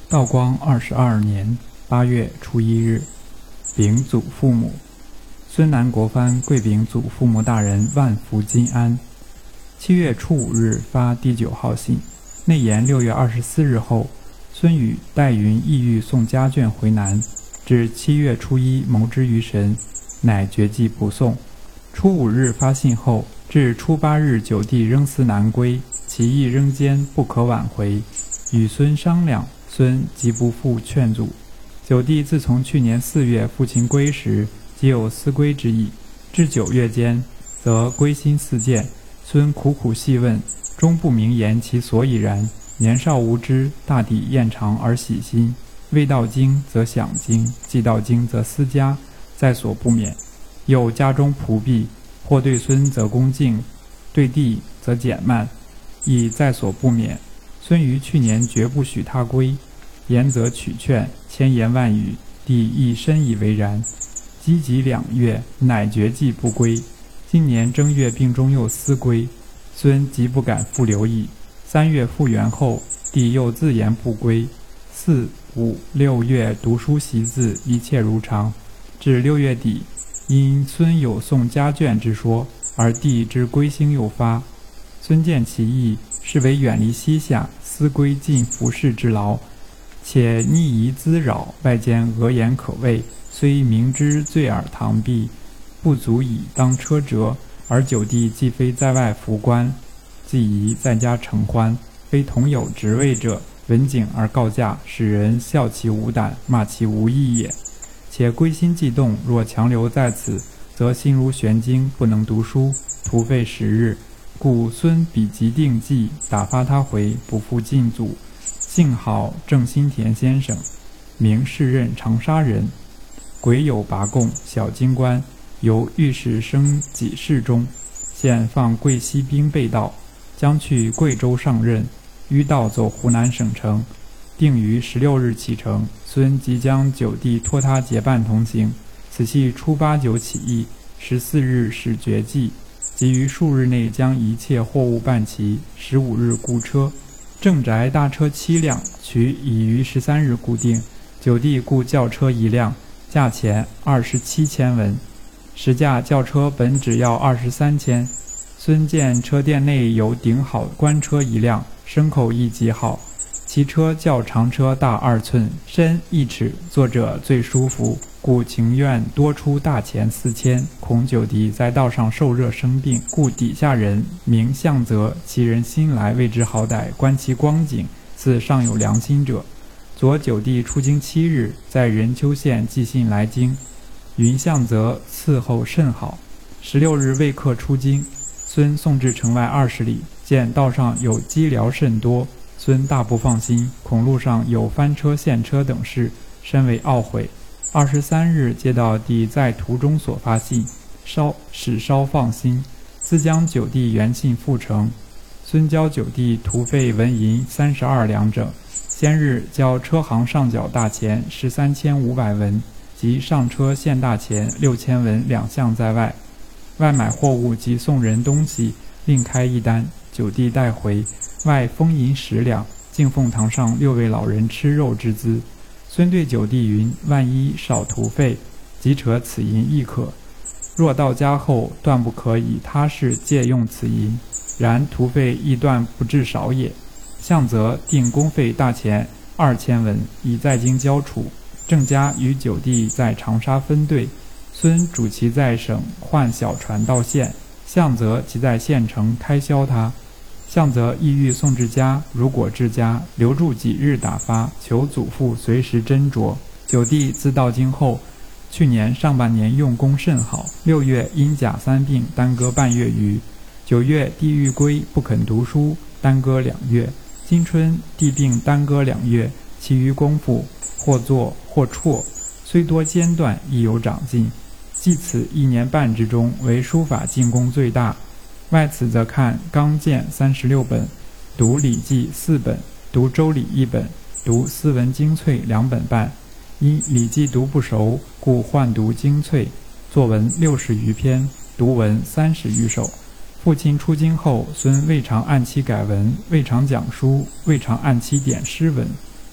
道光22年8月初1日，禀祖父母。孙南国藩跪禀祖父母大人万福金安。7月初5日发第9号信，内言6月24日后，孙宇代云意欲送家眷回南，至7月初1谋之于神，乃决计不送。初5日发信后，至初8日九弟仍思南归，其意仍坚，不可挽回，与孙商量，孙即不复劝阻。九弟自从去年4月父亲归时，即有思归之意，至9月间，则归心似箭。孙苦苦细问，终不明言其所以然。年少无知，大抵厌长而喜心，未到京则想京，既到京则思家，在所不免。又家中仆婢，或对孙则恭敬，对弟则减慢，亦在所不免。孙于去年绝不许他归，言则取劝，千言万语，弟亦深以为然。积极2月，乃决计不归。今年正月病中又思归，孙即不敢复留矣。3月复原后，弟又自言不归。4、5、6月读书习字，一切如常。至6月底，因孙有送家眷之说，而弟之归心又发。孙见其意，是为远离西夏，思归尽服侍之劳，且逆夷滋扰，外间讹言可畏，虽明知罪耳螳臂，不足以当车辙。而九弟既非在外服官，既宜在家承欢，非同有职位者，闻警而告假，使人笑其无胆，骂其无义也。且归心既动，若强留在此，则心如悬晶，不能读书，徒费时日。故孙彼即定计，打发他回，不复进阻。幸好郑新田先生，名士任长沙人，癸酉拔贡，小京官，由御史升给事中，现放贵西兵备道，将去贵州上任，迂道走湖南省城，定于16日启程。孙即将九弟托他结伴同行，此系初8、9起义，14日始决计，即于数日内将一切货物办齐，15日雇车。正宅大车7辆，取已于13日固定。九弟雇轿车1辆，价钱27千文。实价轿车本只要23千。孙见车店内有顶好官车1辆，牲口亦极好，其车较长车大2寸，深1尺，坐者最舒服，故情愿多出大钱4千。恐九弟在道上受热生病，故底下人名向泽，其人新来谓之好歹，观其光景，似尚有良心者。左九弟出京7日，在任丘县寄信来京，云向泽伺候甚好。16日未刻出京，孙送至城外20里，见道上有机寮甚多，孙大不放心，恐路上有翻车陷车等事，深为懊悔。23日接到弟在途中所发信，使稍放心，自将九弟原信复呈。孙交九弟徒费纹银32两整，先日交车行上缴大钱13,500文，及上车现大钱6千文2项在外。外买货物及送人东西另开一单，九弟带回，外封银10两，敬奉堂上6位老人吃肉之资。孙对九弟云：万一少徒费，即扯此银亦可；若到家后，断不可以他事借用此银，然徒费亦断不至少也。向则定公费大钱2千文，已在京交处。郑家与九弟在长沙分队，孙主其在省换小船到县，向则其在县城开销他。向则意欲送至家，如果至家，留住几日打发，求祖父随时斟酌。九弟自到京后，去年上半年用功甚好，6月因甲3病耽搁半月余，9月弟欲归不肯读书，耽搁2月，今春弟病耽搁2月，其余功夫或做或辍，虽多间断，亦有长进。即此1年半之中，为书法进功最大。外此则看纲鉴36本，读礼记4本，读周礼1本，读斯文精粹2本半。因礼记读不熟，故换读精粹，作文60余篇，读文30余首。父亲出京后，孙未尝按期改文，未尝讲书，未尝按期点诗文。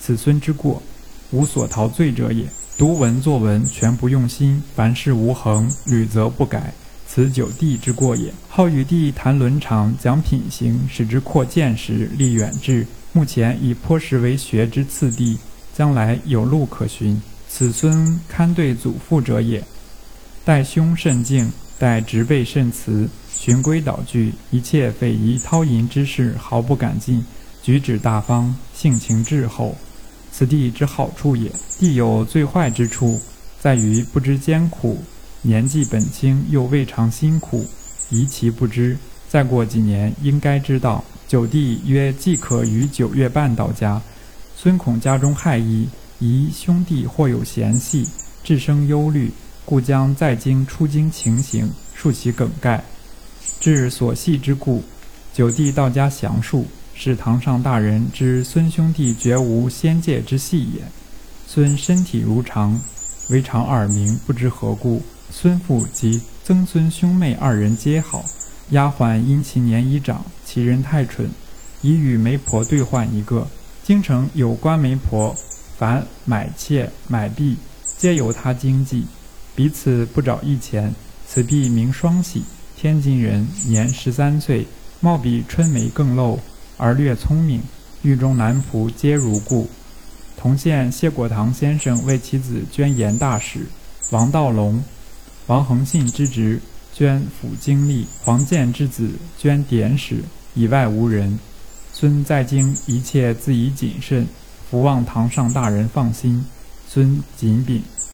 此孙之过，无所陶罪者也。读文作文全不用心，凡事无恒，屡则不改，此九弟之过也。好与弟谈伦常，讲品行，使之扩见识，立远志。目前以颇识为学之次第，将来有路可循。此孙堪对祖父者也。待兄甚敬，待侄辈甚慈，循规蹈矩，一切匪夷掏淫之事毫不敢进，举止大方，性情质厚。此弟之好处也。弟有最坏之处，在于不知艰苦，年纪本轻又未尝辛苦，宜其不知。再过几年应该知道。九弟约既可于9月半到家，孙恐家中害疫，疑兄弟或有嫌隙，致生忧虑，故将在京出京情形述其梗概。至所系之故，九弟到家详述，使堂上大人知孙兄弟绝无仙界之系也。孙身体如常，唯常耳鸣，不知何故。孙父及曾孙兄妹2人皆好。丫鬟因其年已长，其人太蠢，已与媒婆兑换一个。京城有官媒婆，凡买妾买婢，皆由他经济，彼此不找一钱。此婢名双喜，天津人，年13岁，貌比春梅更露，而略聪明。狱中男仆皆如故。同县谢果堂先生为其子捐盐大使，王道龙、王恒信之侄捐辅经历，黄建之子捐典史，以外无人。孙在京一切自以谨慎，伏望堂上大人放心。孙谨禀。